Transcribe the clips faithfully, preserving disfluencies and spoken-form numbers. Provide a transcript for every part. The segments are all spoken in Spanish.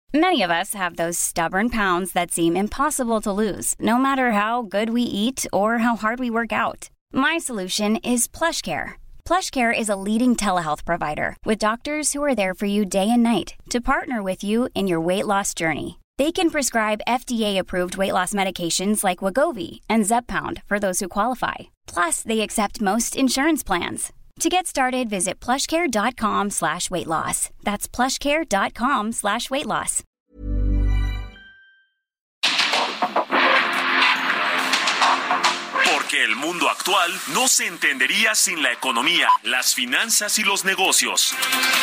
Many of us have those stubborn pounds that seem impossible to lose, no matter how good we eat or how hard we work out. My solution is PlushCare. PlushCare is a leading telehealth provider with doctors who are there for you day and night to partner with you in your weight loss journey. They can prescribe F D A-approved weight loss medications like Wegovy and Zepbound for those who qualify. Plus, they accept most insurance plans. To get started, visit plushcare.com slash weight loss. That's plushcare.com slash weight loss. Porque el mundo actual no se entendería sin la economía, las finanzas y los negocios.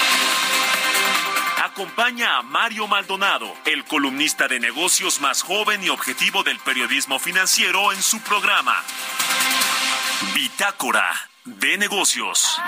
Acompaña a Mario Maldonado, el columnista de negocios más joven y objetivo del periodismo financiero, en su programa Bitácora de Negocios.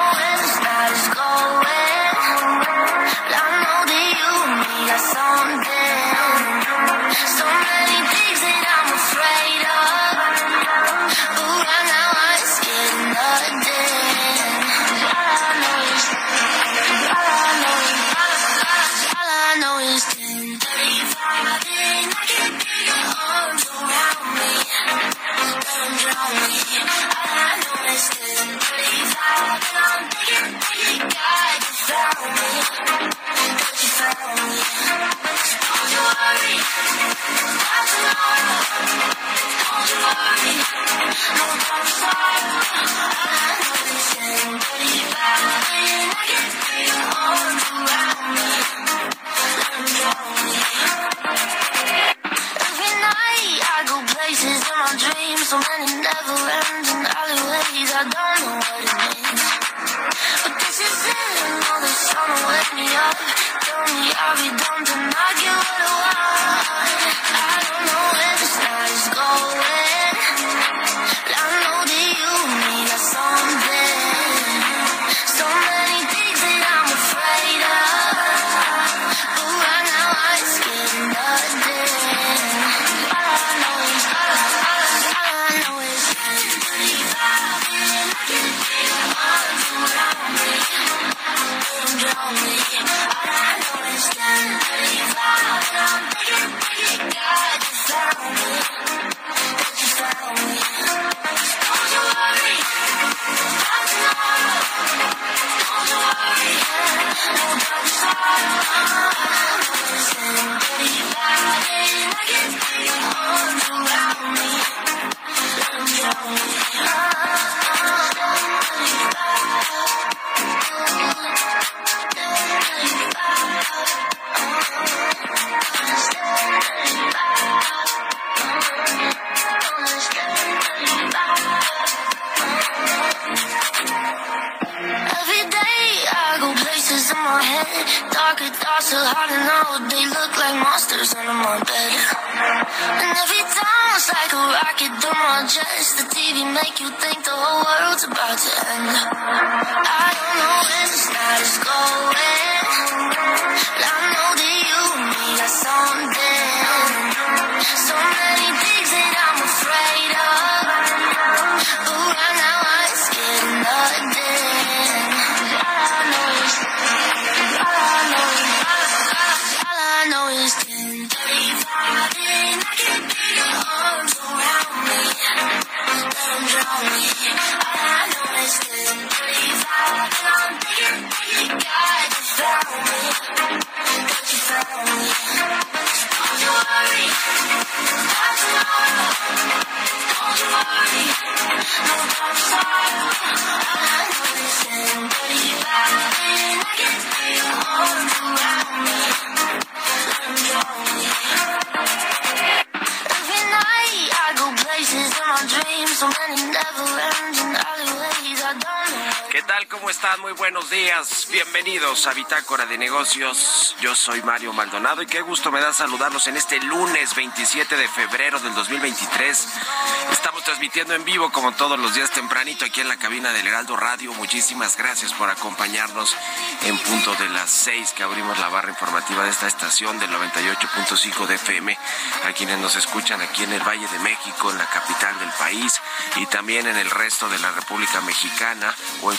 ¿Qué tal? ¿Cómo están? Muy buenos días. Bienvenidos a Bitácora de Negocios. Yo soy Mario Maldonado y qué gusto me da saludarlos en este lunes veintisiete de febrero del dos mil veintitrés. Estamos transmitiendo en vivo como todos los días tempranito aquí en la cabina del Heraldo Radio. Muchísimas gracias por acompañarnos en punto de las seis que abrimos la barra informativa de esta estación del noventa y ocho punto cinco de F M. A quienes nos escuchan aquí en el Valle de México, en la capital del país y también en el resto de la República Mexicana o en cualquier lugar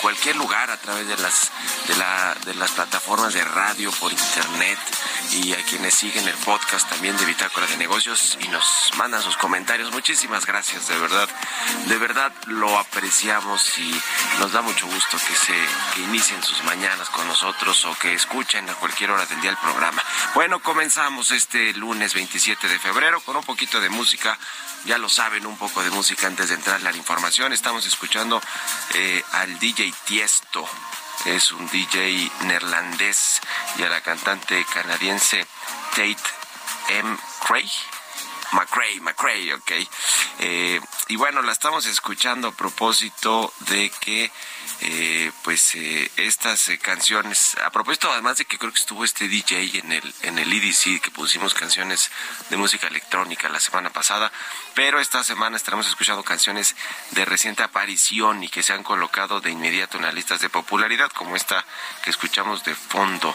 hogar a través de las de la de las plataformas de radio, por internet, y a quienes siguen el podcast también de Bitácora de Negocios y nos mandan sus comentarios. Muchísimas gracias, de verdad, de verdad lo apreciamos y nos da mucho gusto que se que inicien sus mañanas con nosotros o que escuchen a cualquier hora del día el programa. Bueno, comenzamos este lunes veintisiete de febrero con un poquito de música. Ya lo saben, un poco de música antes de entrar a la información. Estamos escuchando eh, al D J Tiesto. Es un D J neerlandés, y a la cantante canadiense Tate McRae. McRae, McRae, ok. Eh, y bueno, la estamos escuchando a propósito de que Eh, pues eh, estas eh, canciones, a propósito además de que creo que estuvo este D J en el en el E D C, que pusimos canciones de música electrónica la semana pasada, pero esta semana estaremos escuchando canciones de reciente aparición y que se han colocado de inmediato en las listas de popularidad, como esta que escuchamos de fondo,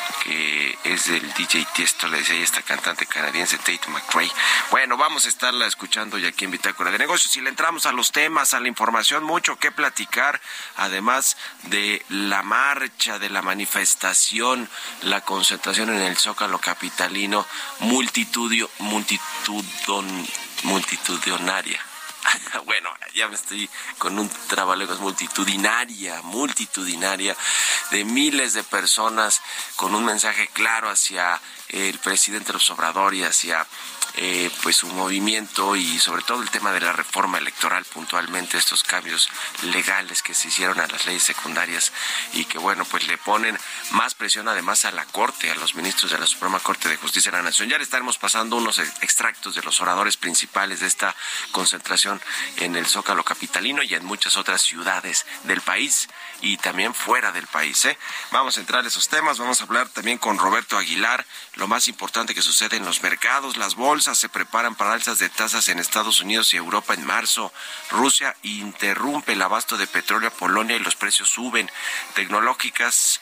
que es del D J Tiesto, le decía ahí, esta cantante canadiense Tate McRae. Bueno, vamos a estarla escuchando ya aquí en Bitácora de Negocios, y le entramos a los temas, a la información, mucho que platicar, además de la marcha, de la manifestación, la concentración en el Zócalo capitalino, multitudio, multitudon, multitudinaria. Bueno, ya me estoy con un trabalenguas, multitudinaria, multitudinaria, de miles de personas con un mensaje claro hacia el presidente López Obrador y hacia eh, pues su movimiento, y sobre todo el tema de la reforma electoral, puntualmente estos cambios legales que se hicieron a las leyes secundarias y que bueno, pues le ponen más presión además a la Corte, a los ministros de la Suprema Corte de Justicia de la Nación. Ya le estaremos pasando unos extractos de los oradores principales de esta concentración en el Zócalo capitalino y en muchas otras ciudades del país y también fuera del país, ¿eh? Vamos a entrar a esos temas, vamos a hablar también con Roberto Aguilar, lo más importante que sucede en los mercados. Las bolsas se preparan para alzas de tasas en Estados Unidos y Europa en marzo. Rusia interrumpe el abasto de petróleo a Polonia y los precios suben. Tecnológicas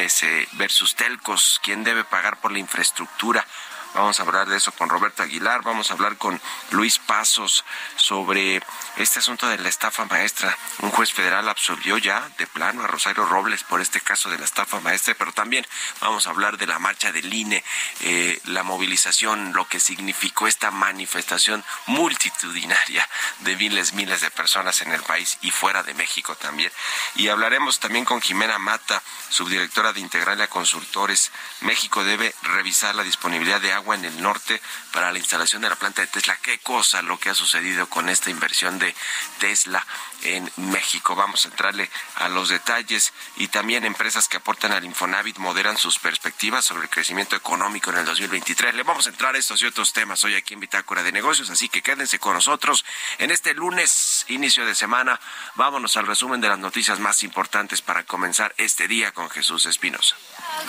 versus telcos, ¿quién debe pagar por la infraestructura? Vamos a hablar de eso con Roberto Aguilar. Vamos a hablar con Luis Pasos sobre este asunto de la estafa maestra. Un juez federal absolvió ya de plano a Rosario Robles por este caso de la estafa maestra, pero también vamos a hablar de la marcha del I N E, eh, la movilización, lo que significó esta manifestación multitudinaria de miles, miles de personas en el país y fuera de México también. Y hablaremos también con Jimena Mata, subdirectora de Integralia Consultores. México debe revisar la disponibilidad de agua en el norte para la instalación de la planta de Tesla. Qué cosa lo que ha sucedido con esta inversión de Tesla en México. Vamos a entrarle a los detalles. Y también empresas que aportan al Infonavit moderan sus perspectivas sobre el crecimiento económico en el dos mil veintitrés. Le vamos a entrar a estos y otros temas hoy aquí en Bitácora de Negocios, así que quédense con nosotros en este lunes, inicio de semana. Vámonos al resumen de las noticias más importantes para comenzar este día con Jesús Espinosa.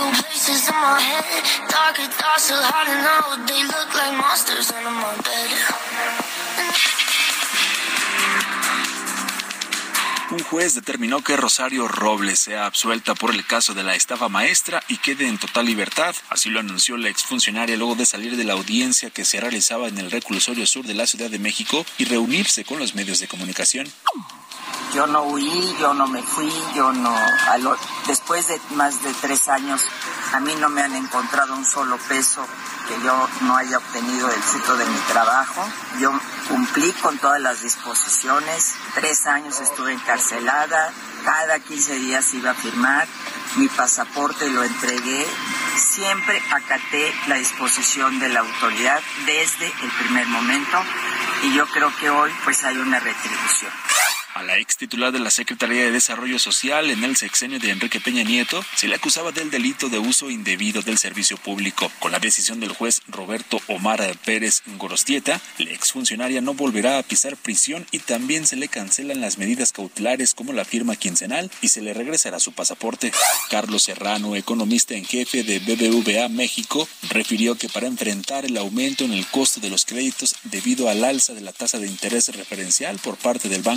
Un juez determinó que Rosario Robles sea absuelta por el caso de la estafa maestra y quede en total libertad. Así lo anunció la exfuncionaria luego de salir de la audiencia que se realizaba en el reclusorio sur de la Ciudad de México y reunirse con los medios de comunicación. Yo no huí, yo no me fui, yo no... A lo, después de más de tres años, a mí no me han encontrado un solo peso que yo no haya obtenido del fruto de mi trabajo. Yo cumplí con todas las disposiciones. Tres años estuve encarcelada. Cada quince días iba a firmar mi pasaporte, lo entregué. Siempre acaté la disposición de la autoridad desde el primer momento. Y yo creo que hoy pues hay una retribución. A la ex titular de la Secretaría de Desarrollo Social en el sexenio de Enrique Peña Nieto se le acusaba del delito de uso indebido del servicio público. Con la decisión del juez Roberto Omar Pérez Gorostieta, la exfuncionaria no volverá a pisar prisión y también se le cancelan las medidas cautelares como la firma quincenal y se le regresará su pasaporte. Carlos Serrano, economista en jefe de B B V A México, refirió que para enfrentar el aumento en el costo de los créditos debido al alza de la tasa de interés referencial por parte del Banco de México,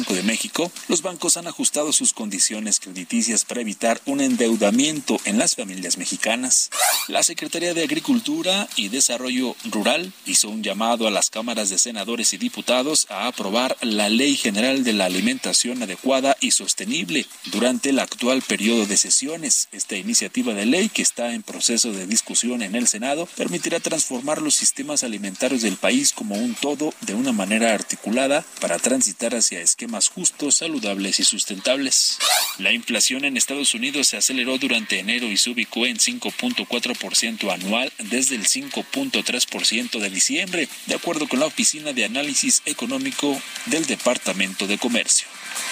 México, los bancos han ajustado sus condiciones crediticias para evitar un endeudamiento en las familias mexicanas. La Secretaría de Agricultura y Desarrollo Rural hizo un llamado a las cámaras de senadores y diputados a aprobar la Ley General de la Alimentación Adecuada y Sostenible durante el actual periodo de sesiones. Esta iniciativa de ley, que está en proceso de discusión en el Senado, permitirá transformar los sistemas alimentarios del país como un todo de una manera articulada para transitar hacia esquemas justos, saludables y sustentables. La inflación en Estados Unidos se aceleró durante enero y se ubicó en cinco punto cuatro por ciento anual desde el cinco punto tres por ciento de diciembre, de acuerdo con la Oficina de Análisis Económico del Departamento de Comercio.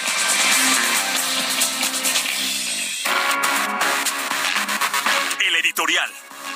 El editorial.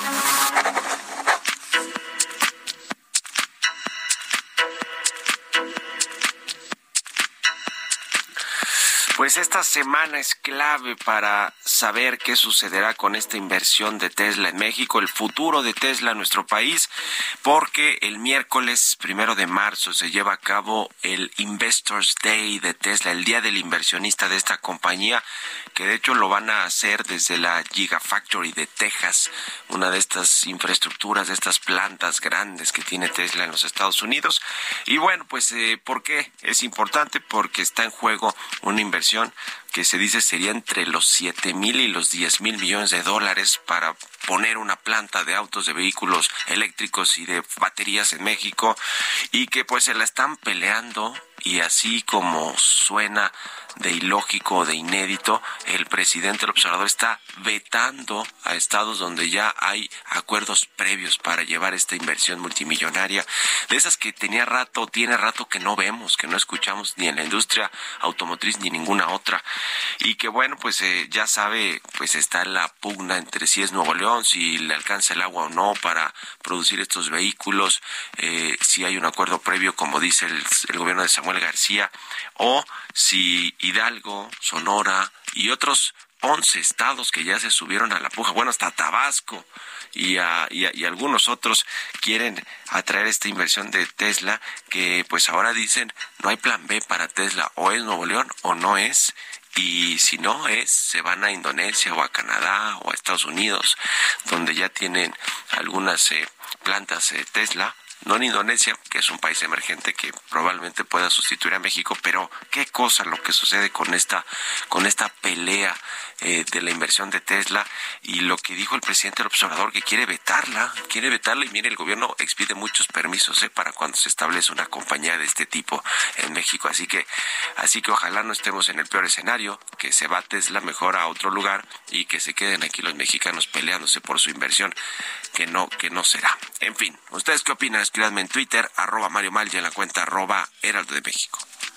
Pues esta semana es clave para saber qué sucederá con esta inversión de Tesla en México, el futuro de Tesla en nuestro país, porque el miércoles primero de marzo se lleva a cabo el Investors Day de Tesla, el día del inversionista de esta compañía, que de hecho lo van a hacer desde la Gigafactory de Texas, una de estas infraestructuras, de estas plantas grandes que tiene Tesla en los Estados Unidos. Y bueno, pues eh, ¿por qué es importante? Porque está en juego una inversión que se dice sería entre los siete mil y los diez mil millones de dólares para poner una planta de autos, de vehículos eléctricos y de baterías en México, y que pues se la están peleando, y así como suena de ilógico, de inédito, el presidente del observador está vetando a estados donde ya hay acuerdos previos para llevar esta inversión multimillonaria, de esas que tenía rato, tiene rato que no vemos, que no escuchamos ni en la industria automotriz ni ninguna otra, y que bueno, pues eh, ya sabe, pues está la pugna entre si es Nuevo León, si le alcanza el agua o no para producir estos vehículos, eh, si hay un acuerdo previo, como dice el, el gobierno de Samuel García, o si Hidalgo, Sonora y otros once estados que ya se subieron a la puja, bueno, hasta Tabasco y, a, y, a, y algunos otros quieren atraer esta inversión de Tesla, que pues ahora dicen no hay plan B para Tesla, o es Nuevo León o no es. Y si no es, se van a Indonesia o a Canadá o a Estados Unidos, donde ya tienen algunas eh, plantas eh, Tesla. No en Indonesia, que es un país emergente que probablemente pueda sustituir a México, pero qué cosa lo que sucede con esta con esta pelea eh, de la inversión de Tesla, y lo que dijo el presidente del observador, que quiere vetarla, quiere vetarla, y mire, el gobierno expide muchos permisos eh, para cuando se establece una compañía de este tipo en México, así que así que ojalá no estemos en el peor escenario, que se va Tesla mejor a otro lugar y que se queden aquí los mexicanos peleándose por su inversión, que no que no será. En fin, ¿ustedes qué opinan? Escríbanme en Twitter, arroba Mario Mal, y en la cuenta arroba Heraldo de México.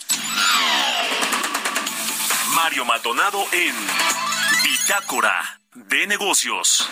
Mario Maldonado en Bitácora de Negocios.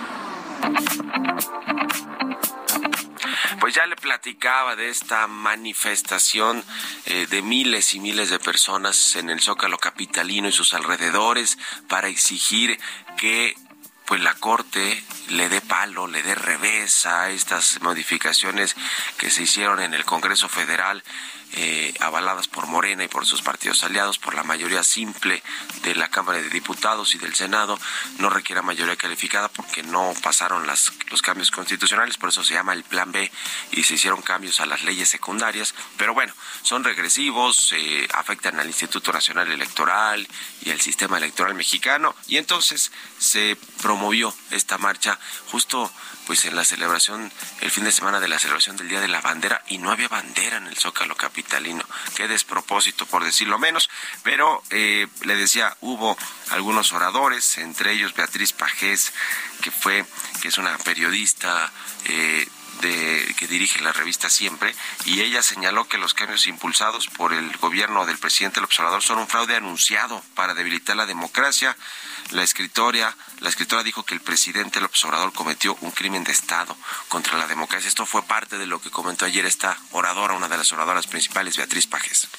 Pues ya le platicaba de esta manifestación eh, de miles y miles de personas en el Zócalo capitalino y sus alrededores para exigir que pues la Corte le dé palo, le dé revés a estas modificaciones que se hicieron en el Congreso Federal, eh, avaladas por Morena y por sus partidos aliados, por la mayoría simple de la Cámara de Diputados y del Senado. No requiere mayoría calificada porque no pasaron las, los cambios constitucionales, por eso se llama el Plan B, y se hicieron cambios a las leyes secundarias, pero bueno, son regresivos, eh, afectan al Instituto Nacional Electoral y al sistema electoral mexicano, y entonces se promovió esta marcha justo pues en la celebración, el fin de semana de la celebración del Día de la Bandera, y no había bandera en el Zócalo capitalino. Qué despropósito, por decirlo menos, pero eh, le decía, hubo algunos oradores, entre ellos Beatriz Pajés, que fue, que es una periodista eh, de, que dirige la revista Siempre, y ella señaló que los cambios impulsados por el gobierno del presidente López Obrador son un fraude anunciado para debilitar la democracia. La escritora, la escritora dijo que el presidente López Obrador cometió un crimen de Estado contra la democracia. Esto fue parte de lo que comentó ayer esta oradora, una de las oradoras principales, Beatriz Pajés.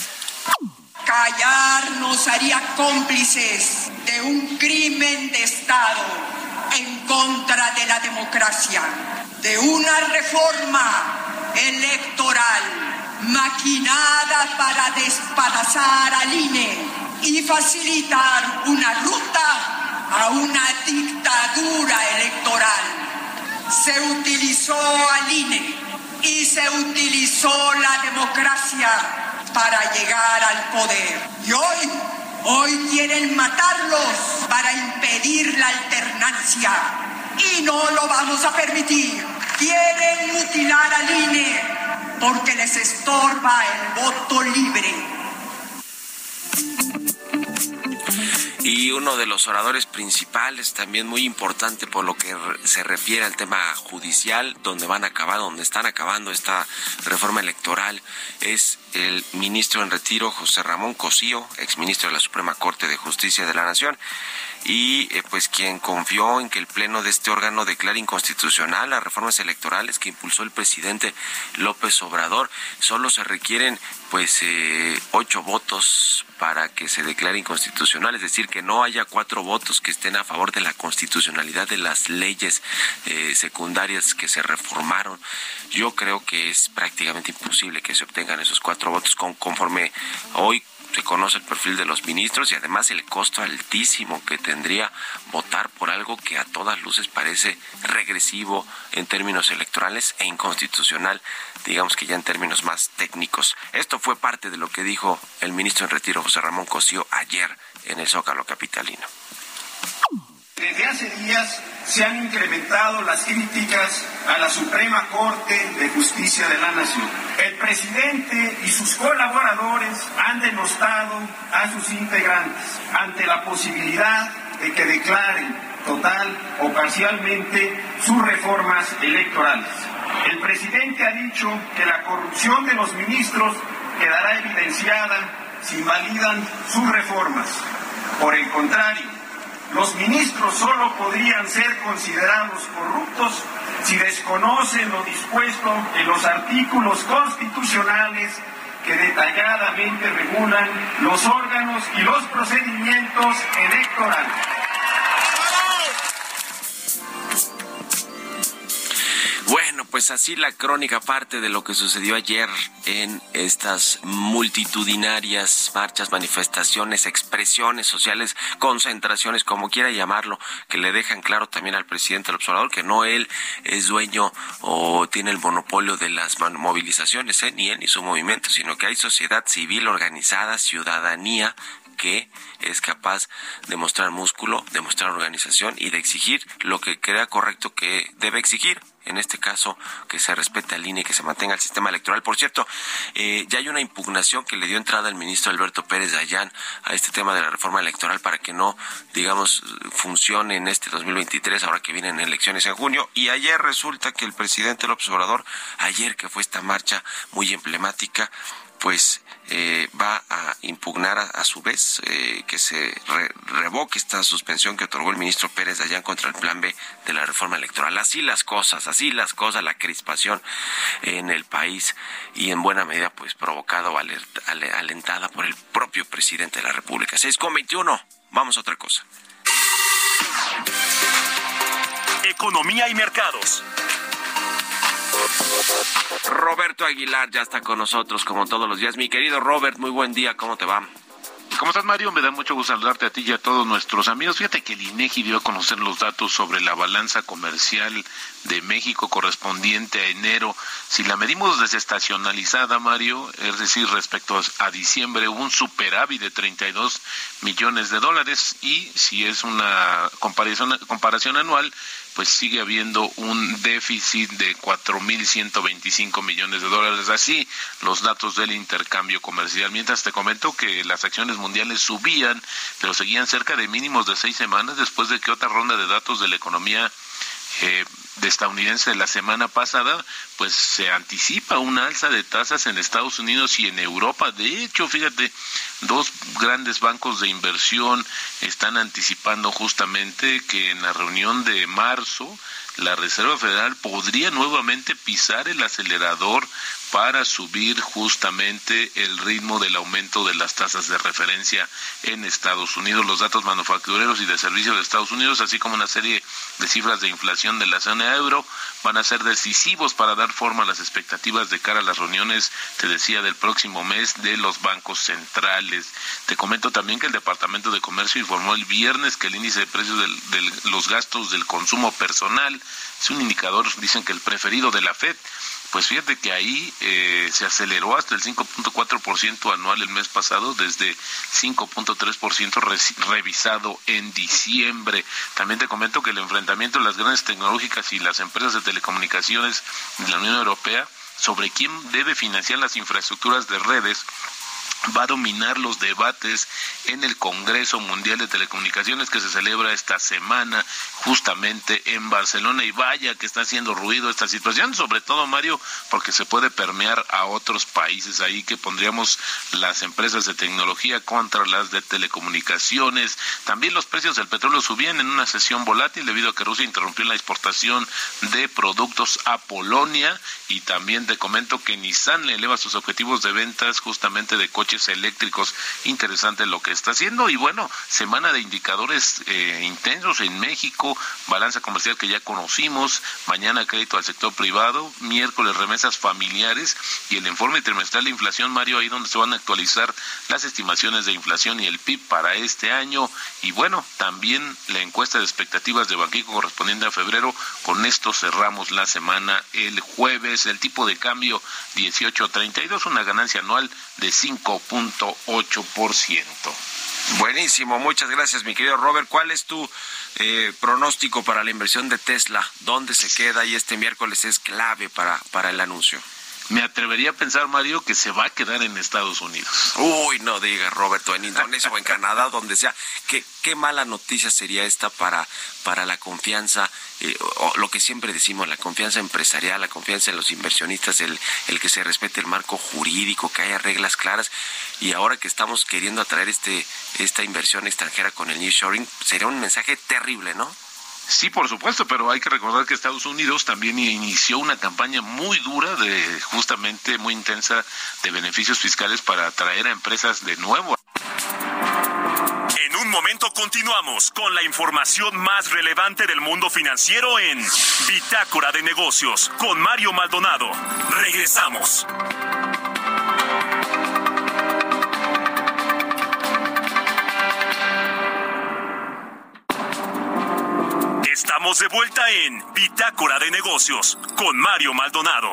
Callar nos haría cómplices de un crimen de Estado en contra de la democracia, de una reforma electoral maquinada para despedazar al I N E y facilitar una ruta a una dictadura electoral. Se utilizó al I N E y se utilizó la democracia para llegar al poder. Y hoy, hoy quieren matarlos para impedir la alternancia. Y no lo vamos a permitir. Quieren mutilar al I N E porque les estorba el voto libre. Y uno de los oradores principales, también muy importante por lo que se refiere al tema judicial, donde van a acabar, donde están acabando esta reforma electoral, es el ministro en retiro, José Ramón Cosío, exministro de la Suprema Corte de Justicia de la Nación, y eh, pues quien confió en que el pleno de este órgano declare inconstitucional las reformas electorales que impulsó el presidente López Obrador. Solo se requieren pues eh, ocho votos para que se declare inconstitucional, es decir, que no haya cuatro votos que estén a favor de la constitucionalidad de las leyes eh, secundarias que se reformaron. Yo creo que es prácticamente imposible que se obtengan esos cuatro votos con, conforme hoy se conoce el perfil de los ministros y además el costo altísimo que tendría votar por algo que a todas luces parece regresivo en términos electorales e inconstitucional, digamos que ya en términos más técnicos. Esto fue parte de lo que dijo el ministro en retiro, José Ramón Cosío, ayer en el Zócalo capitalino. Desde hace días se han incrementado las críticas a la Suprema Corte de Justicia de la Nación. El presidente y sus colaboradores han denostado a sus integrantes ante la posibilidad de que declaren total o parcialmente sus reformas electorales. El presidente ha dicho que la corrupción de los ministros quedará evidenciada si invalidan sus reformas. Por el contrario, los ministros solo podrían ser considerados corruptos si desconocen lo dispuesto en los artículos constitucionales que detalladamente regulan los órganos y los procedimientos electorales. Bueno, pues así la crónica parte de lo que sucedió ayer en estas multitudinarias marchas, manifestaciones, expresiones sociales, concentraciones, como quiera llamarlo, que le dejan claro también al presidente López Obrador que no él es dueño o tiene el monopolio de las movilizaciones, ¿eh? ni él ni su movimiento, sino que hay sociedad civil organizada, ciudadanía, que es capaz de mostrar músculo, de mostrar organización y de exigir lo que crea correcto que debe exigir. En este caso, que se respete al I N E y que se mantenga el sistema electoral. Por cierto, eh, ya hay una impugnación que le dio entrada el ministro Alberto Pérez Dayán a este tema de la reforma electoral para que no, digamos, funcione en este dos mil veintitrés, ahora que vienen elecciones en junio. Y ayer resulta que el presidente López Obrador, ayer que fue esta marcha muy emblemática, pues eh, va a impugnar a, a su vez eh, que se re, revoque esta suspensión que otorgó el ministro Pérez Dayán contra el plan B de la reforma electoral. Así las cosas, así las cosas, la crispación en el país y en buena medida pues provocado, alerta, alentada por el propio presidente de la República. seis con veintiuno, vamos a otra cosa. Economía y mercados. Roberto Aguilar ya está con nosotros como todos los días. Mi querido Robert, muy buen día, ¿cómo te va? ¿Cómo estás, Mario? Me da mucho gusto saludarte a ti y a todos nuestros amigos. Fíjate que el INEGI dio a conocer los datos sobre la balanza comercial de México correspondiente a enero. Si la medimos desestacionalizada, Mario, es decir, respecto a diciembre, hubo un superávit de treinta y dos millones de dólares y si es una comparación, comparación anual, pues sigue habiendo un déficit de cuatro mil ciento veinticinco millones de dólares. Así los datos del intercambio comercial. Mientras te comento que las acciones mundiales subían, pero seguían cerca de mínimos de seis semanas después de que otra ronda de datos de la economía eh, de estadounidense de la semana pasada, pues se anticipa una alza de tasas en Estados Unidos y en Europa. De hecho, fíjate, dos grandes bancos de inversión están anticipando justamente que en la reunión de marzo la Reserva Federal podría nuevamente pisar el acelerador para subir justamente el ritmo del aumento de las tasas de referencia en Estados Unidos. Los datos manufactureros y de servicios de Estados Unidos, así como una serie de cifras de inflación de la zona euro van a ser decisivos para dar forma a las expectativas de cara a las reuniones, te decía, del próximo mes de los bancos centrales. Te comento también que el Departamento de Comercio informó el viernes que el índice de precios de los gastos del consumo personal es un indicador, dicen que el preferido de la Fed. Pues fíjate que ahí eh, se aceleró hasta el cinco punto cuatro por ciento anual el mes pasado, desde cinco punto tres por ciento re- revisado en diciembre. También te comento que el enfrentamiento de las grandes tecnológicas y las empresas de telecomunicaciones de la Unión Europea sobre quién debe financiar las infraestructuras de redes va a dominar los debates en el Congreso Mundial de Telecomunicaciones que se celebra esta semana justamente en Barcelona, y vaya que está haciendo ruido esta situación, sobre todo, Mario, porque se puede permear a otros países. Ahí que pondríamos las empresas de tecnología contra las de telecomunicaciones. También los precios del petróleo subían en una sesión volátil debido a que Rusia interrumpió la exportación de productos a Polonia, y también te comento que Nissan le eleva sus objetivos de ventas justamente de coches eléctricos. Interesante lo que está haciendo. Y bueno, semana de indicadores eh, intensos en México, balanza comercial que ya conocimos, mañana crédito al sector privado, miércoles remesas familiares y el informe trimestral de inflación, Mario, ahí donde se van a actualizar las estimaciones de inflación y el P I B para este año. Y bueno, también la encuesta de expectativas de Banxico correspondiente a febrero. Con esto cerramos la semana el jueves. El tipo de cambio dieciocho treinta y dos, una ganancia anual de cinco punto ocho por ciento. Buenísimo, muchas gracias, mi querido Robert. ¿Cuál es tu eh, pronóstico para la inversión de Tesla? ¿Dónde se queda? Y este miércoles es clave para, para el anuncio. Me atrevería a pensar, Mario, que se va a quedar en Estados Unidos. Uy, no digas, Roberto, en Indonesia o en Canadá, donde sea. Qué, qué mala noticia sería esta para, para la confianza, eh, o lo que siempre decimos, la confianza empresarial, la confianza en los inversionistas, el, el que se respete el marco jurídico, que haya reglas claras. Y ahora que estamos queriendo atraer este esta inversión extranjera con el nearshoring, sería un mensaje terrible, ¿no? Sí, por supuesto, pero hay que recordar que Estados Unidos también inició una campaña muy dura, de justamente muy intensa, de beneficios fiscales para atraer a empresas de nuevo. En un momento continuamos con la información más relevante del mundo financiero en Bitácora de Negocios con Mario Maldonado. Regresamos. Estamos de vuelta en Bitácora de Negocios con Mario Maldonado.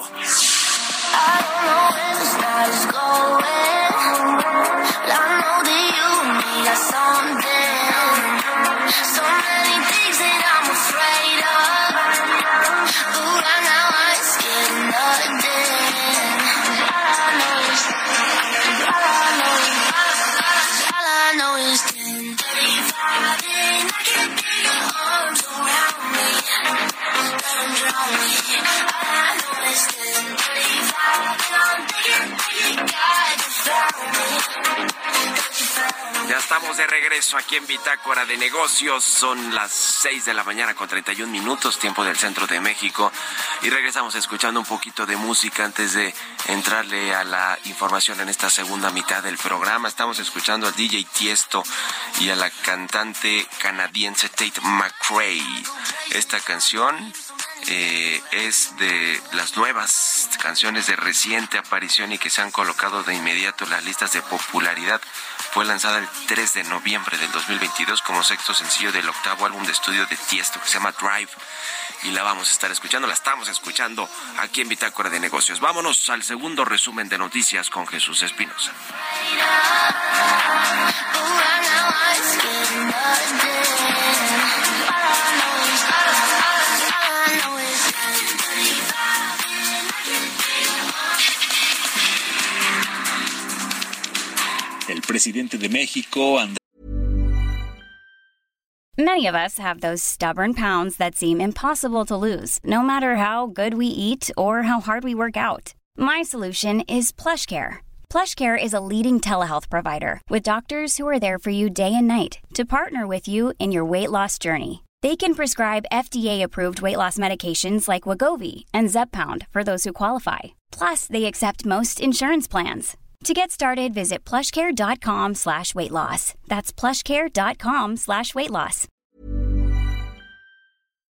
Ya estamos de regreso aquí en Bitácora de Negocios. Son las seis de la mañana con treinta y un minutos, tiempo del centro de México. Y regresamos escuchando un poquito de música antes de entrarle a la información en esta segunda mitad del programa. Estamos escuchando al D J Tiesto y a la cantante canadiense Tate McRae. Esta canción eh, es de las nuevas canciones de reciente aparición y que se han colocado de inmediato en las listas de popularidad. Fue lanzada el tres de noviembre del dos mil veintidós como sexto sencillo del octavo álbum de estudio de Tiesto, que se llama Drive, y la vamos a estar escuchando, la estamos escuchando aquí en Bitácora de Negocios. Vámonos al segundo resumen de noticias con Jesús Espinosa. El presidente de México, Andrés. Many of us have those stubborn pounds that seem impossible to lose, no matter how good we eat or how hard we work out. My solution is PlushCare. PlushCare is a leading telehealth provider with doctors who are there for you day and night to partner with you in your weight loss journey. They can prescribe F D A-approved weight loss medications like Wegovy and Zepbound for those who qualify. Plus, they accept most insurance plans. To get started, visit plushcare.com slash weight loss. That's plushcare.com slash weight loss.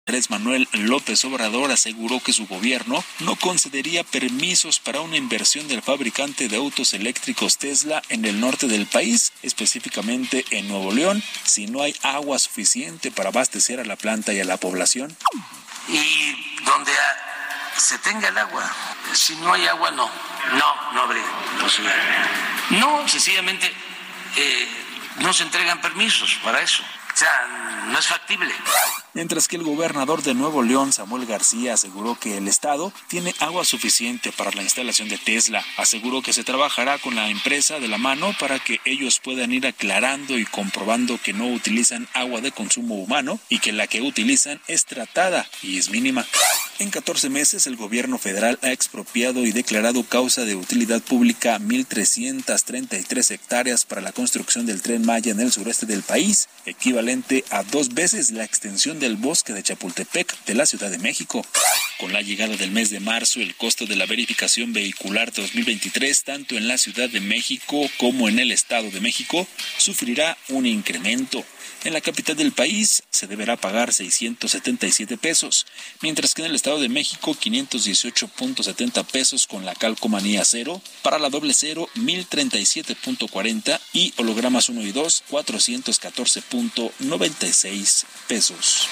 Andrés Manuel López Obrador aseguró que su gobierno no concedería permisos para una inversión del fabricante de autos eléctricos Tesla en el norte del país, específicamente en Nuevo León, si no hay agua suficiente para abastecer a la planta y a la población. Y donde se tenga el agua, si no hay agua, no, no, no habría posibilidad. No, sencillamente eh, no se entregan permisos para eso. O sea, no es factible. Mientras que el gobernador de Nuevo León, Samuel García, aseguró que el estado tiene agua suficiente para la instalación de Tesla. Aseguró que se trabajará con la empresa de la mano para que ellos puedan ir aclarando y comprobando que no utilizan agua de consumo humano y que la que utilizan es tratada y es mínima. En catorce meses, el gobierno federal ha expropiado y declarado causa de utilidad pública mil trescientas treinta y tres hectáreas para la construcción del Tren Maya en el sureste del país, equivalente a dos veces la extensión del bosque de Chapultepec de la Ciudad de México. Con la llegada del mes de marzo, el costo de la verificación vehicular dos mil veintitrés, tanto en la Ciudad de México como en el Estado de México, sufrirá un incremento. En la capital del país se deberá pagar seiscientos setenta y siete pesos, mientras que en el Estado de México quinientos dieciocho punto setenta pesos con la calcomanía cero, para la doble cero mil treinta y siete punto cuarenta y hologramas uno y dos cuatrocientos catorce punto noventa y seis pesos.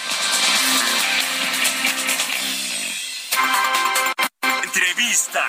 Entrevista.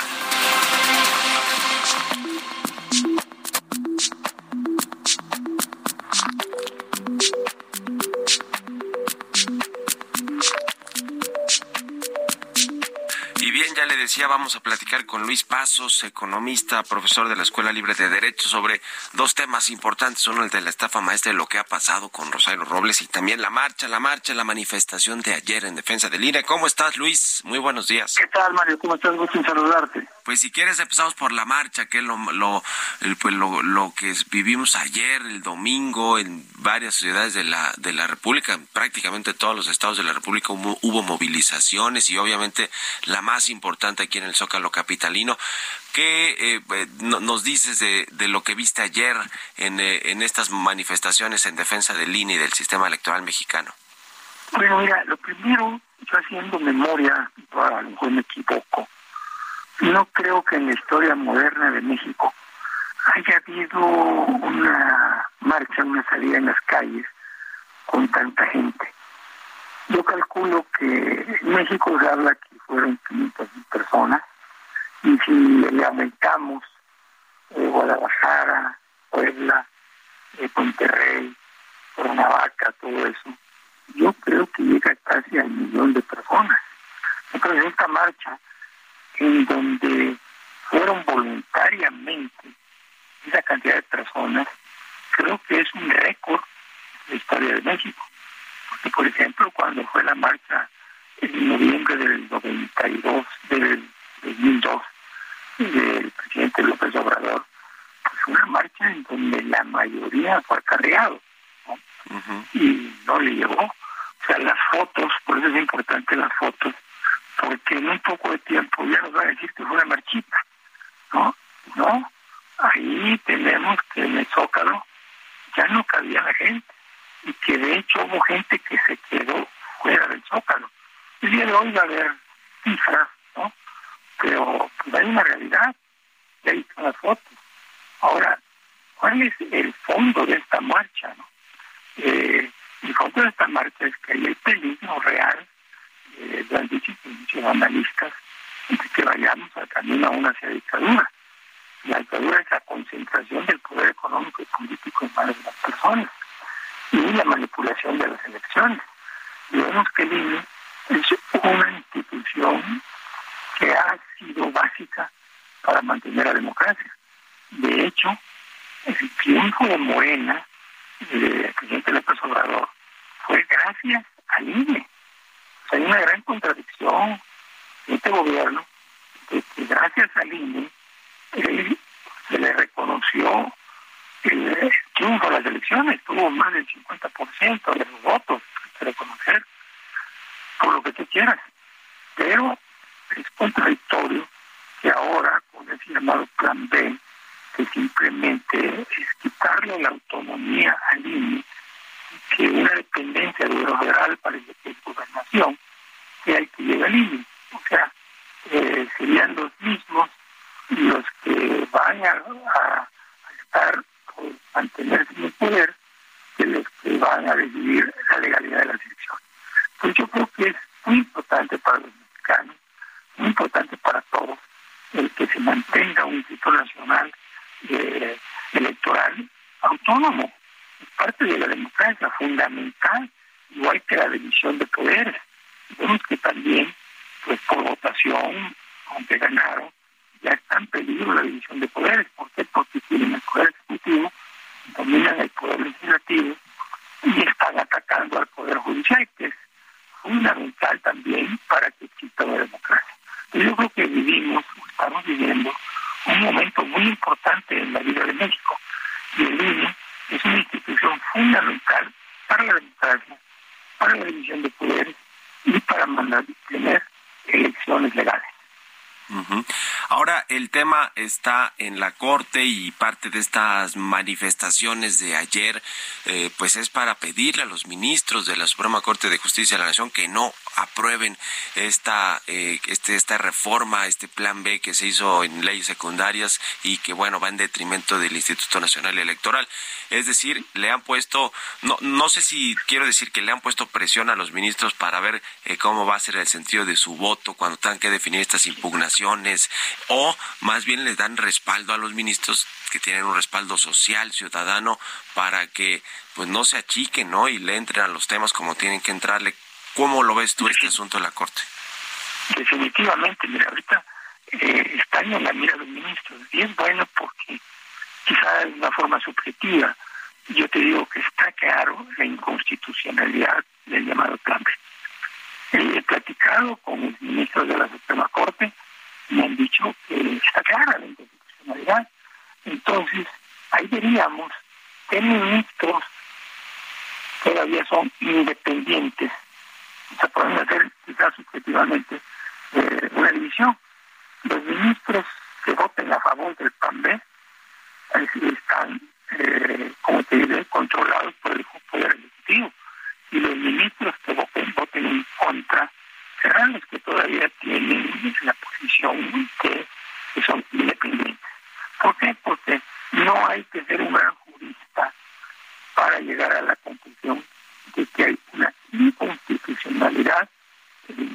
Y bien, ya le decía, vamos a platicar con Luis Pasos, economista, profesor de la Escuela Libre de Derecho, sobre dos temas importantes. Uno, el de la estafa maestra, de lo que ha pasado con Rosario Robles, y también la marcha, la marcha, la manifestación de ayer en defensa del I N E. ¿Cómo estás, Luis? Muy buenos días. ¿Qué tal, Mario? ¿Cómo estás? Gusto en saludarte. Pues si quieres empezamos por la marcha, que es lo, lo, el, pues lo, lo que vivimos ayer, el domingo, en varias ciudades de la, de la República, en prácticamente todos los estados de la República hubo, hubo movilizaciones y obviamente la más importante aquí en el Zócalo capitalino. ¿Qué eh, no, nos dices de, de lo que viste ayer en, eh, en estas manifestaciones en defensa del I N E y del sistema electoral mexicano? Bueno, mira, lo primero, yo haciendo memoria, a lo mejor me equivoco, no creo que en la historia moderna de México haya habido una marcha, una salida en las calles con tanta gente. Yo calculo que en México se habla que fueron quinientas mil personas, y si le aumentamos eh, Guadalajara, Puebla, eh, Monterrey, Cuernavaca, todo eso, yo creo que llega casi al millón de personas. Entonces esta marcha, en donde fueron voluntariamente esa cantidad de personas, creo que es un récord de la historia de México. Porque, por ejemplo, cuando fue la marcha en noviembre del noventa y dos, del dos mil dos, del presidente López Obrador, pues una marcha en donde la mayoría fue acarreado, ¿no? Uh-huh. Y no le llevó. O sea, las fotos, por eso es importante las fotos, porque en un poco de tiempo ya nos van a decir que fue una marchita, ¿no? No, ahí tenemos que en el Zócalo ya no cabía la gente, y que de hecho hubo gente que se quedó fuera del Zócalo. El día de hoy va a haber cifras, ¿no? Pero pues, hay una realidad, y ahí están las fotos. Ahora, ¿cuál es el fondo de esta marcha, no? Eh, el fondo de esta marcha es que hay el peligro real, eh, lo han dicho muchos analistas, de que vayamos al camino a una hacia dictadura. La dictadura es la concentración del poder económico y político en manos de las personas y la manipulación de las elecciones. Y vemos que el I N E es una institución que ha sido básica para mantener la democracia. De hecho, el triunfo de Morena, del presidente López Obrador, fue gracias al I N E. O sea, hay una gran contradicción en este gobierno, de que gracias al I N E él, se le reconoció el triunfo de las elecciones, tuvo más del cincuenta por ciento de los votos, hay que reconocer, por lo que tú quieras. Pero es contradictorio que ahora, con ese llamado Plan B, que simplemente es quitarle la autonomía al I N E, que una dependencia de lo federal parece que es gobernación, que hay que llegar al I N E. O sea, eh, serían los mismos los que van a, a, a estar o mantenerse en el poder que los que van a decidir la legalidad de las elecciones. Pues yo creo que es muy importante para los mexicanos, muy importante para todos, el que se mantenga un Instituto Nacional eh, Electoral autónomo. Es parte de la democracia fundamental, igual que la división de poderes. Vemos que también, pues por votación, aunque ganaron, ya está en peligro la división de poderes. ¿Por qué? Porque tienen el poder ejecutivo, dominan el poder legislativo y están atacando al poder judicial, que es fundamental también para que exista la democracia. Yo creo que vivimos, estamos viviendo, un momento muy importante en la vida de México. Y el I N E es una institución fundamental para la democracia, para la división de poderes y para mantener elecciones legales. Uh-huh. Ahora el tema está en la Corte y parte de estas manifestaciones de ayer eh, pues es para pedirle a los ministros de la Suprema Corte de Justicia de la Nación que no aprueben esta eh, este esta reforma, este plan B que se hizo en leyes secundarias y que bueno va en detrimento del Instituto Nacional Electoral. Es decir, le han puesto, no no sé si quiero decir que le han puesto presión a los ministros para ver eh, cómo va a ser el sentido de su voto cuando tengan que definir estas impugnaciones, o más bien les dan respaldo a los ministros que tienen un respaldo social, ciudadano, para que pues no se achiquen, ¿no? Y le entren a los temas como tienen que entrarle. ¿Cómo lo ves tú este asunto de la Corte? Definitivamente, mira, ahorita eh, están en la mira de los ministros y es bueno porque quizás de una forma subjetiva yo te digo que está claro la inconstitucionalidad del llamado plan B. He platicado con los ministros de la Suprema Corte, me han dicho que está clara la inconstitucionalidad. Entonces, ahí veríamos que ministros todavía son independientes. Se pueden hacer quizás subjetivamente eh, una división. Los ministros que voten a favor del plan B están, eh, como te diré, controlados por el Poder Ejecutivo. Y los ministros que voten, voten en contra serán los que todavía tienen la posición que, que son independientes. ¿Por qué? Porque no hay que ser un gran jurista para llegar a la conclusión de que hay una inconstitucionalidad en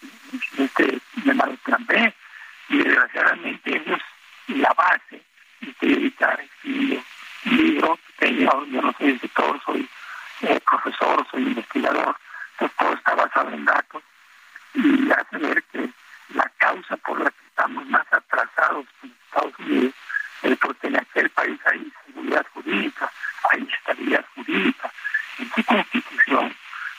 este llamado plan B. Y desgraciadamente eso es la base. Y estoy editando escribiendo un libro pequeño, yo no soy escritor, soy eh, profesor, soy investigador, entonces todo está basado en datos. Y hace ver que la causa por la que estamos más atrasados en Estados Unidos es porque en aquel país hay seguridad jurídica, hay estabilidad jurídica. En su constitución,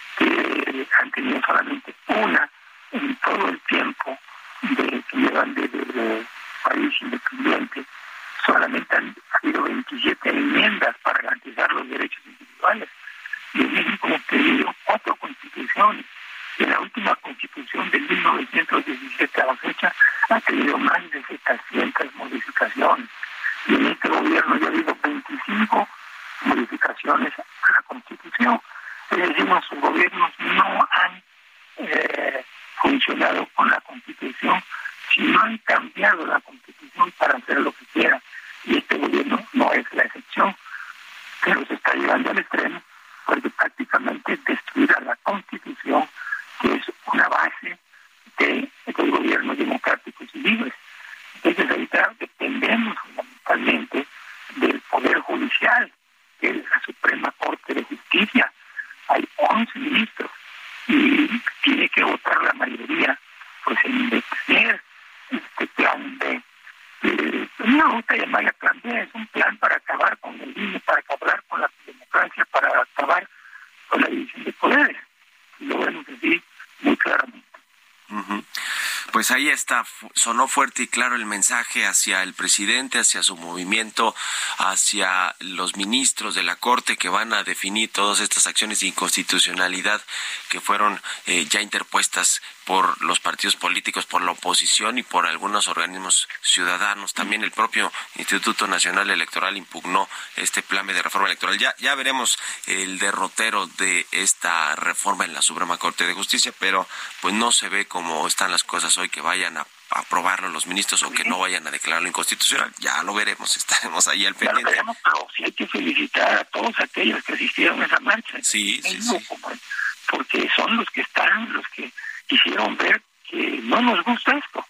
que han tenido solamente una en todo el tiempo de que llevan de, de, de país independiente, solamente han habido veintisiete enmiendas para garantizar los derechos individuales. Y en México hemos tenido cuatro constituciones. Y la última constitución de mil novecientos diecisiete a la fecha ha tenido más de setecientas modificaciones. Y en este gobierno ya ha habido veinticinco modificaciones a la constitución. Es decir, nuestros gobiernos no han eh, funcionado con la constitución, sino han cambiado la constitución para hacer lo que quieran. Y este gobierno no es la excepción, pero se está llevando al extremo porque prácticamente destruirá la constitución, que es una base de, de los gobiernos democráticos y libres. Entonces ahorita dependemos fundamentalmente del Poder Judicial, que es la Suprema Corte de Justicia. Hay once ministros y tiene que votar la mayoría pues en detener este plan B. Eh, no gusta llamarle plan B, es un plan para acabar con el I N E, para acabar con la democracia, para acabar con la división de poderes. Y lo vemos así muy claramente. Uh-huh. Pues ahí está, sonó fuerte y claro el mensaje hacia el presidente, hacia su movimiento, hacia los ministros de la Corte que van a definir todas estas acciones de inconstitucionalidad que fueron eh, ya interpuestas por los partidos políticos, por la oposición y por algunos organismos ciudadanos. También el propio Instituto Nacional Electoral impugnó este plan de reforma electoral. Ya, ya veremos el derrotero de esta reforma en la Suprema Corte de Justicia, pero pues no se ve cómo están las cosas hoy, que vayan a aprobarlo los ministros o que no vayan a declararlo inconstitucional. Ya lo veremos, estaremos ahí al pendiente. Ya lo veremos, pero sí hay que felicitar a todos aquellos que asistieron a esa marcha. Sí, sí, sí. Porque son los que están, los que quisieron ver que no nos gusta esto.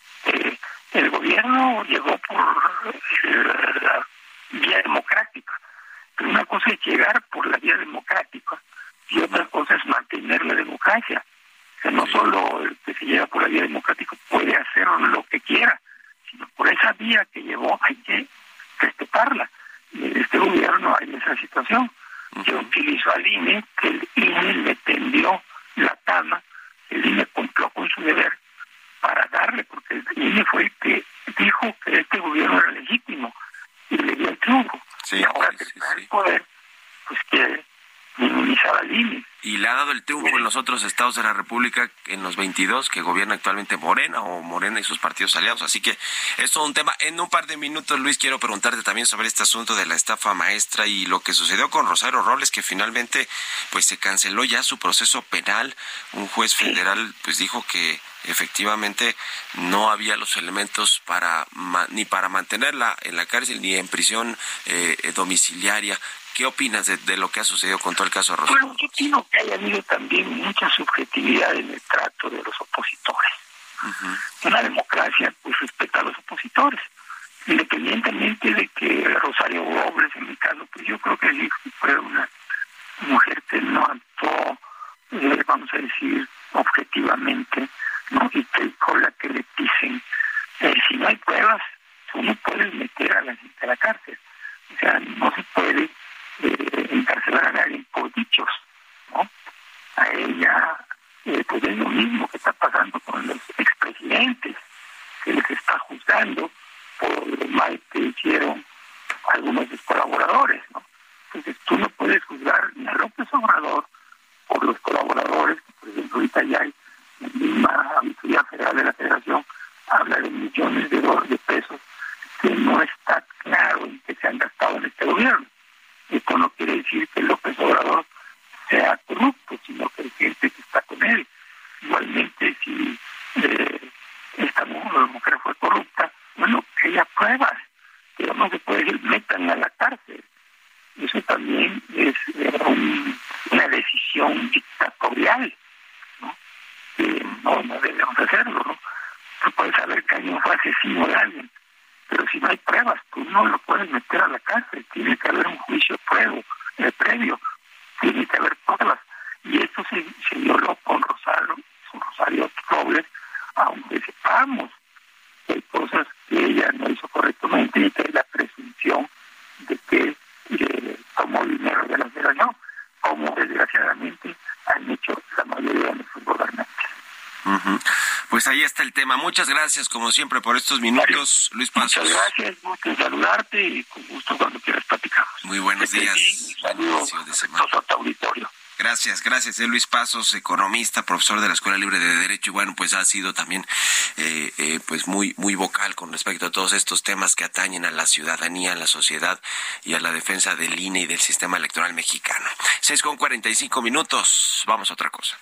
Eh, el gobierno llegó por eh, la vía democrática, pero una cosa es llegar por la vía democrática y otra cosa es mantener la democracia. O sea, no solo el que se llega por la vía democrática puede hacer lo que quiera, sino por esa vía que llevó hay que respetarla. Y en este gobierno hay esa situación. Uh-huh. Que utilizó al I N E, que el I N E le tendió la cama, el I N E cumplió con su deber para darle, porque el I N E fue el que dijo que este gobierno era legítimo y le dio el triunfo. Sí, y ahora sí, que sí, está sí. el poder, pues quiere minimizar al I N E. Y le ha dado el triunfo en los otros estados de la República, en los veintidós que gobierna actualmente Morena o Morena y sus partidos aliados. Así que es todo un tema. En un par de minutos, Luis, quiero preguntarte también sobre este asunto de la estafa maestra y lo que sucedió con Rosario Robles, que finalmente pues se canceló ya su proceso penal. Un juez federal pues dijo que efectivamente no había los elementos para ni para mantenerla en la cárcel ni en prisión eh, domiciliaria. ¿Qué opinas de, de lo que ha sucedido con todo el caso de Rosario? Bueno, yo opino que haya habido también mucha subjetividad en el trato de los opositores. Uh-huh. Una democracia pues respeta a los opositores, independientemente de que Rosario Robles, en mi caso, pues yo creo que sí fue una mujer que no actuó, eh, vamos a decir, objetivamente, ¿no? Y que el cola que le dicen, eh, si no hay pruebas, tú no puedes meter a la gente a la cárcel. O sea, no se puede Eh, encarcelar a nadie por dichos, ¿no? A ella, eh, pues es lo mismo que está pasando con los expresidentes, que les está juzgando por lo mal que hicieron algunos de sus colaboradores, ¿no? Entonces tú no puedes juzgar ni a López Obrador por los colaboradores, que por ejemplo ahorita ya hay la misma Auditoría Federal de la Federación, habla de millones de dólares de pesos que no está claro en que se han gastado en este gobierno. Esto no quiere decir que López Obrador sea corrupto, sino que hay gente que está con él. Igualmente, si eh, esta mujer fue corrupta, bueno, que haya pruebas, pero no se puede decir metan a la cárcel. Eso también es eh, un, una decisión dictatorial, ¿no? Eh, no, no debemos hacerlo, ¿no? Tú puedes saber que alguien fue asesino de alguien, pero si no hay pruebas, tú no lo puedes meter a la cárcel. Tiene que haber un juicio previo, eh, previo. Tiene que haber pruebas. Y esto se, se violó con Rosario, con Rosario Robles, aunque sepamos que hay cosas que ella no hizo correctamente y que hay la presunción de que eh, tomó dinero de la federación, como desgraciadamente han hecho la mayoría de nuestros gobernantes. Uh-huh. Pues ahí está el tema. Muchas gracias, como siempre, por estos minutos, Luis Pasos. Muchas gracias, gusto en saludarte y con gusto cuando quieras platicamos. Muy buenos que días. Saludos a todo tu auditorio. Gracias, gracias. Es Luis Pasos, economista, profesor de la Escuela Libre de Derecho, y bueno, pues ha sido también eh, eh, pues muy muy vocal con respecto a todos estos temas que atañen a la ciudadanía, a la sociedad y a la defensa del I N E y del sistema electoral mexicano. seis con cuarenta y cinco minutos. Vamos a otra cosa.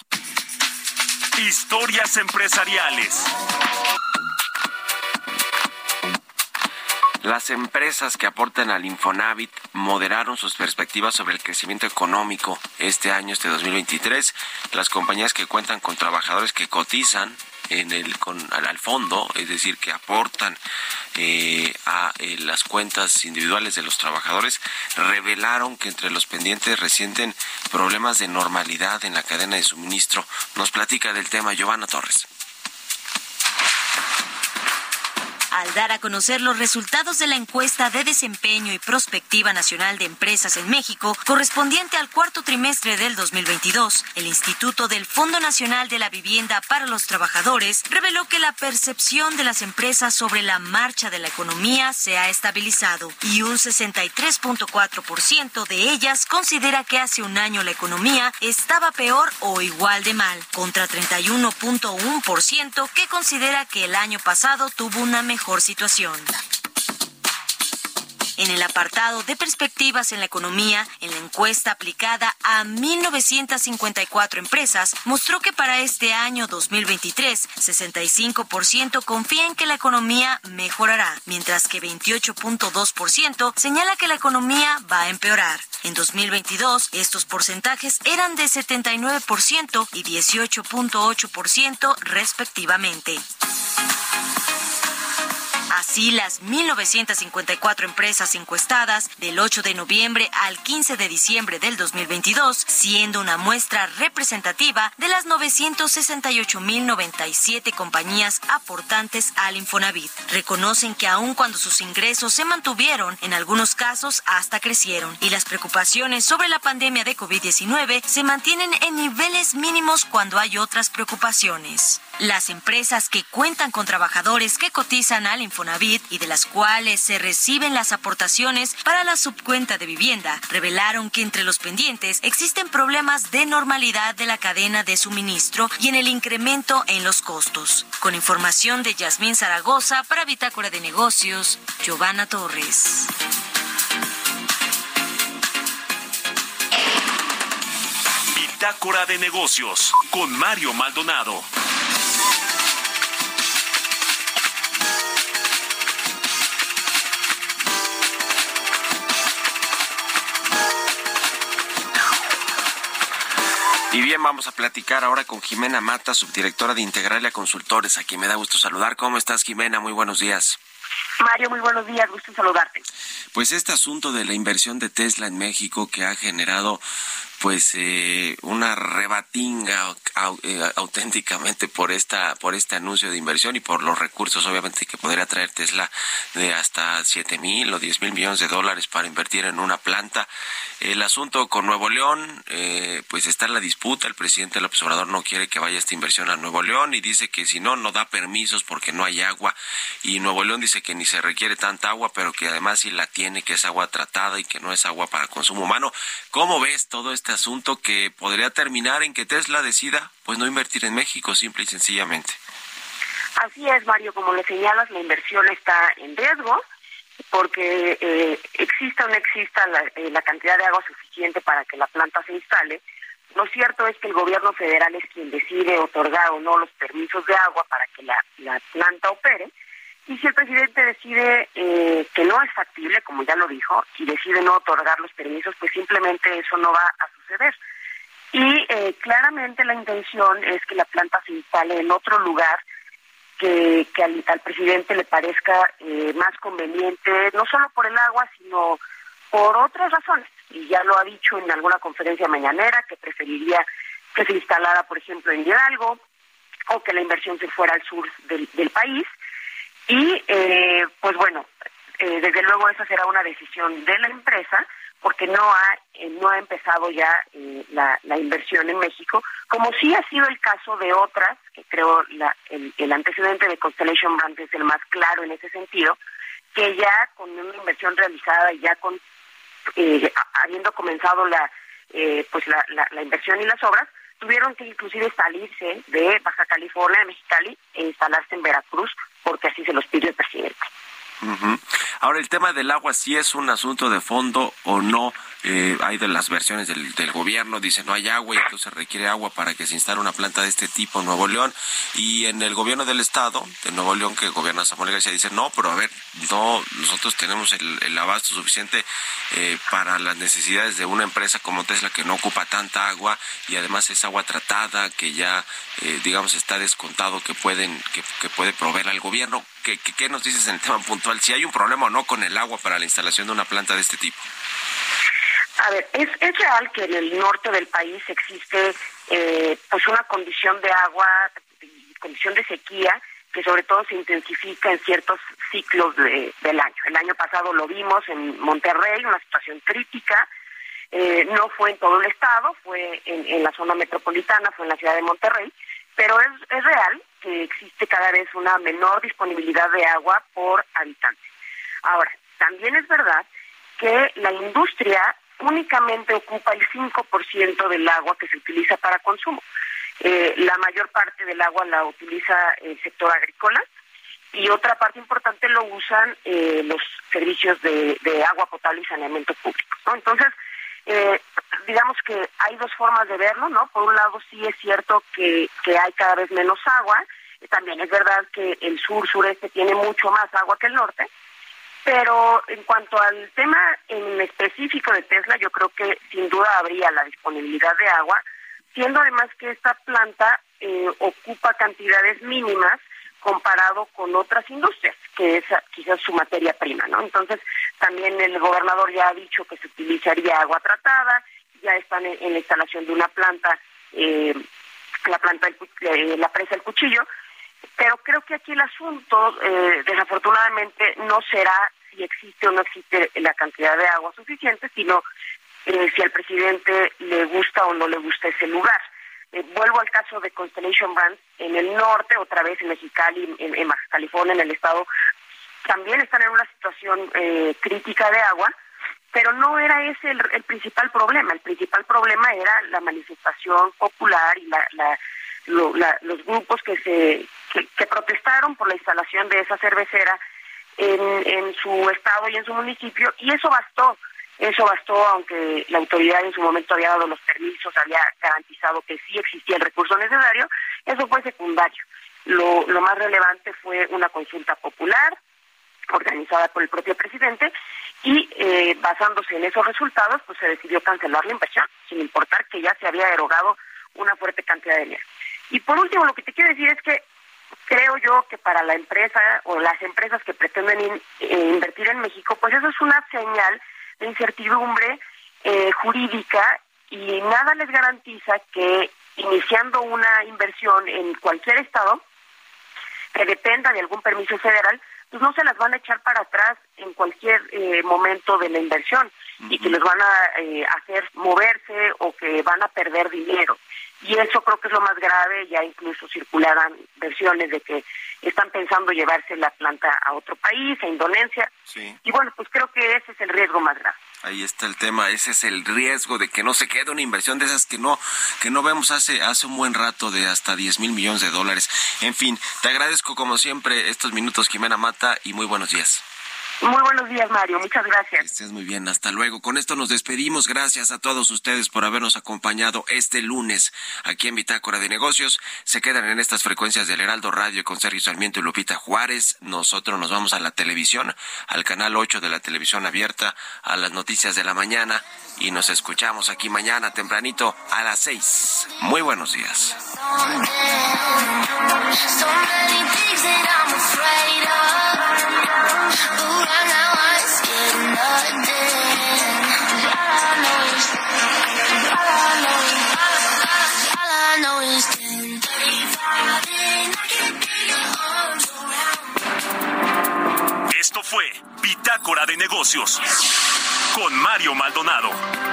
Historias empresariales. Las empresas que aportan al Infonavit moderaron sus perspectivas sobre el crecimiento económico este año, este dos mil veintitrés. Las compañías que cuentan con trabajadores que cotizan en el con al, al fondo, es decir, que aportan eh, a eh, las cuentas individuales de los trabajadores, revelaron que entre los pendientes resienten problemas de normalidad en la cadena de suministro. Nos platica del tema Giovanna Torres. al dar a conocer los resultados de la encuesta de desempeño y prospectiva nacional de empresas en México, correspondiente al cuarto trimestre del dos mil veintidós, el Instituto del Fondo Nacional de la Vivienda para los Trabajadores reveló que la percepción de las empresas sobre la marcha de la economía se ha estabilizado y un sesenta y tres punto cuatro por ciento de ellas considera que hace un año la economía estaba peor o igual de mal, contra treinta y uno punto uno por ciento que considera que el año pasado tuvo una mejor situación. En el apartado de perspectivas en la economía, en la encuesta aplicada a mil novecientas cincuenta y cuatro empresas, mostró que para este año dos mil veintitrés, sesenta y cinco por ciento confía en que la economía mejorará, mientras que veintiocho punto dos por ciento señala que la economía va a empeorar. En dos mil veintidós, estos porcentajes eran de setenta y nueve por ciento y dieciocho punto ocho por ciento respectivamente. Así, las mil novecientas cincuenta y cuatro empresas encuestadas del ocho de noviembre al quince de diciembre del dos mil veintidós, siendo una muestra representativa de las novecientas sesenta y ocho mil noventa y siete compañías aportantes al Infonavit, reconocen que aun cuando sus ingresos se mantuvieron, en algunos casos hasta crecieron, y las preocupaciones sobre la pandemia de COVID diecinueve se mantienen en niveles mínimos cuando hay otras preocupaciones. Las empresas que cuentan con trabajadores que cotizan al Infonavit y de las cuales se reciben las aportaciones para la subcuenta de vivienda, revelaron que entre los pendientes existen problemas de normalidad de la cadena de suministro y en el incremento en los costos. Con información de Yasmín Zaragoza para Bitácora de Negocios, Giovanna Torres. Bitácora de Negocios con Mario Maldonado. Y bien, vamos a platicar ahora con Jimena Mata, subdirectora de Integralia Consultores, a quien me da gusto saludar. ¿Cómo estás, Jimena? Muy buenos días. Mario, muy buenos días, gusto en saludarte. Pues este asunto de la inversión de Tesla en México que ha generado pues eh, una rebatinga au, eh, auténticamente por esta por este anuncio de inversión y por los recursos obviamente que podría traer Tesla de hasta siete mil o diez mil millones de dólares para invertir en una planta. El asunto con Nuevo León, eh, pues está en la disputa. El presidente López Obrador no quiere que vaya esta inversión a Nuevo León y dice que si no, no da permisos porque no hay agua. Y Nuevo León dice que ni se requiere tanta agua, pero que además sí la tiene, que es agua tratada y que no es agua para consumo humano. ¿Cómo ves todo este asunto que podría terminar en que Tesla decida pues no invertir en México, simple y sencillamente? Así es, Mario, como le señalas, la inversión está en riesgo porque eh, exista o no exista la, eh, la cantidad de agua suficiente para que la planta se instale. Lo cierto es que el gobierno federal es quien decide otorgar o no los permisos de agua para que la, la planta opere. Y si el presidente decide eh, que no es factible, como ya lo dijo, y decide no otorgar los permisos, pues simplemente eso no va a suceder. Y eh, claramente la intención es que la planta se instale en otro lugar que, que al, al presidente le parezca eh, más conveniente, no solo por el agua, sino por otras razones. Y ya lo ha dicho en alguna conferencia mañanera, que preferiría que se instalara, por ejemplo, en Hidalgo, o que la inversión se fuera al sur del, del país. Y, eh, pues bueno, eh, desde luego esa será una decisión de la empresa, porque no ha eh, no ha empezado ya eh, la, la inversión en México, como sí ha sido el caso de otras, que creo la, el, el antecedente de Constellation Brands es el más claro en ese sentido, que ya con una inversión realizada y ya con eh, habiendo comenzado la eh, pues la, la, la inversión y las obras, tuvieron que inclusive salirse de Baja California, de Mexicali, e instalarse en Veracruz, porque así se los pidió el presidente. Uh-huh. Ahora, el tema del agua, ¿sí es un asunto de fondo o no? Eh, hay de las versiones del, del gobierno, dice no hay agua y entonces requiere agua para que se instale una planta de este tipo en Nuevo León. Y en el gobierno del estado de Nuevo León, que gobierna Samuel García, dice no, pero a ver, no, nosotros tenemos el, el abasto suficiente eh, para las necesidades de una empresa como Tesla, que no ocupa tanta agua y además es agua tratada, que ya, eh, digamos, está descontado que pueden que, que puede proveer al gobierno. ¿Qué, qué, ¿Qué nos dices en el tema puntual? ¿Si hay un problema o no con el agua para la instalación de una planta de este tipo? A ver, es, es real que en el norte del país existe eh, pues una condición de agua, condición de sequía, que sobre todo se intensifica en ciertos ciclos de, del año. El año pasado lo vimos en Monterrey, una situación crítica. Eh, no fue en todo el estado, fue en, en la zona metropolitana, fue en la ciudad de Monterrey, pero es, es real que existe cada vez una menor disponibilidad de agua por habitante. Ahora, también es verdad que la industria únicamente ocupa el cinco por ciento del agua que se utiliza para consumo. Eh, la mayor parte del agua la utiliza el sector agrícola y otra parte importante lo usan eh, los servicios de, de agua potable y saneamiento público, ¿no? Entonces, eh, digamos que hay dos formas de verlo, ¿no? Por un lado, sí es cierto que, que hay cada vez menos agua. También es verdad que el sur-sureste tiene mucho más agua que el norte. Pero en cuanto al tema en específico de Tesla, yo creo que sin duda habría la disponibilidad de agua, siendo además que esta planta eh, ocupa cantidades mínimas comparado con otras industrias, que es quizás su materia prima, ¿no? Entonces, también el gobernador ya ha dicho que se utilizaría agua tratada, ya están en, en la instalación de una planta, eh, la planta, del, eh, la presa del Cuchillo, pero creo que aquí el asunto, eh, desafortunadamente, no será si existe o no existe la cantidad de agua suficiente, sino eh, si al presidente le gusta o no le gusta ese lugar. Eh, vuelvo al caso de Constellation Brands en el norte, otra vez en Mexicali, en, en Baja California, en el estado, también están en una situación eh, crítica de agua, pero no era ese el, el principal problema. El principal problema era la manifestación popular y la, la, lo, la, los grupos que se que, que protestaron por la instalación de esa cervecera en, en su estado y en su municipio, y eso bastó. Eso bastó, aunque la autoridad en su momento había dado los permisos, había garantizado que sí existía el recurso necesario, eso fue secundario. Lo, lo más relevante fue una consulta popular organizada por el propio presidente y eh, basándose en esos resultados, pues se decidió cancelar la inversión, sin importar que ya se había erogado una fuerte cantidad de dinero. Y por último, lo que te quiero decir es que creo yo que para la empresa o las empresas que pretenden in, eh, invertir en México, pues eso es una señal de incertidumbre eh, jurídica y nada les garantiza que iniciando una inversión en cualquier estado que dependa de algún permiso federal, pues no se las van a echar para atrás en cualquier eh, momento de la inversión uh-huh. y que les van a eh, hacer moverse o que van a perder dinero. Y eso creo que es lo más grave. Ya incluso circularan versiones de que están pensando llevarse la planta a otro país, a Indonesia. Sí. Y bueno, pues creo que ese es el riesgo más grave. Ahí está el tema, ese es el riesgo de que no se quede una inversión de esas que no que no vemos hace hace un buen rato de hasta diez mil millones de dólares. En fin, te agradezco como siempre estos minutos, Jimena Mata, y muy buenos días. Muy buenos días, Mario. Muchas gracias. Que estés muy bien. Hasta luego. Con esto nos despedimos. Gracias a todos ustedes por habernos acompañado este lunes aquí en Bitácora de Negocios. Se quedan en estas frecuencias del Heraldo Radio con Sergio Sarmiento y Lupita Juárez. Nosotros nos vamos a la televisión, al canal ocho de la televisión abierta, a las noticias de la mañana, y nos escuchamos aquí mañana tempranito a las seis. Muy buenos días. Esto fue Bitácora de Negocios con Mario Maldonado.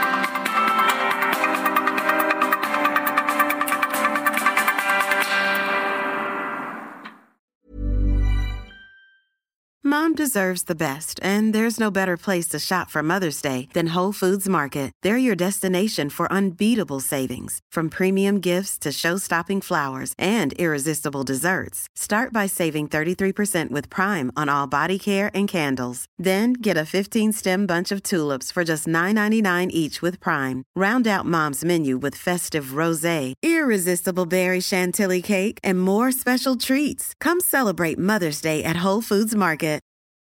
Mom deserves the best, and there's no better place to shop for Mother's Day than Whole Foods Market. They're your destination for unbeatable savings, from premium gifts to show-stopping flowers and irresistible desserts. Start by saving thirty-three percent with Prime on all body care and candles. Then get a fifteen-stem bunch of tulips for just nine ninety-nine each with Prime. Round out Mom's menu with festive rosé, irresistible berry chantilly cake, and more special treats. Come celebrate Mother's Day at Whole Foods Market.